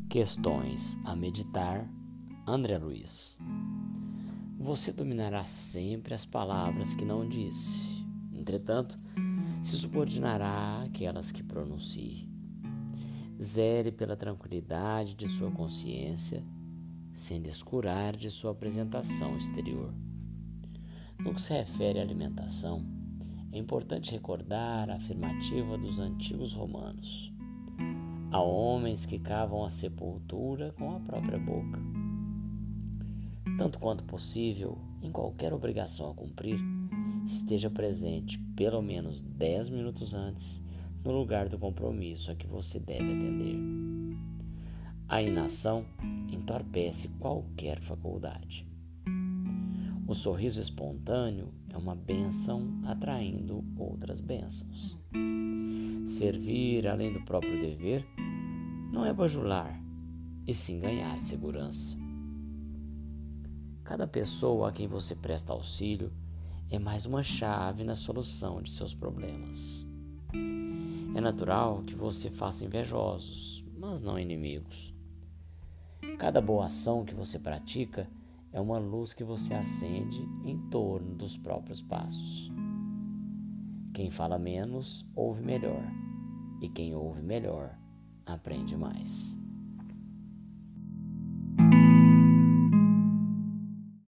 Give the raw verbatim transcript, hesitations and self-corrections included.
Questões a meditar, André Luiz. Você dominará sempre as palavras que não disse, entretanto, se subordinará àquelas que pronuncie. Zele pela tranquilidade de sua consciência, sem descurar de sua apresentação exterior. No que se refere à alimentação, é importante recordar a afirmativa dos antigos romanos. Há homens que cavam a sepultura com a própria boca. Tanto quanto possível, em qualquer obrigação a cumprir, esteja presente pelo menos dez minutos antes no lugar do compromisso a que você deve atender. A inação entorpece qualquer faculdade. O sorriso espontâneo é uma bênção atraindo outras bênçãos. Servir além do próprio dever não é bajular, e sim ganhar segurança. Cada pessoa a quem você presta auxílio é mais uma chave na solução de seus problemas. É natural que você faça invejosos, mas não inimigos. Cada boa ação que você pratica é uma luz que você acende em torno dos próprios passos. Quem fala menos, ouve melhor, e quem ouve melhor, aprende mais.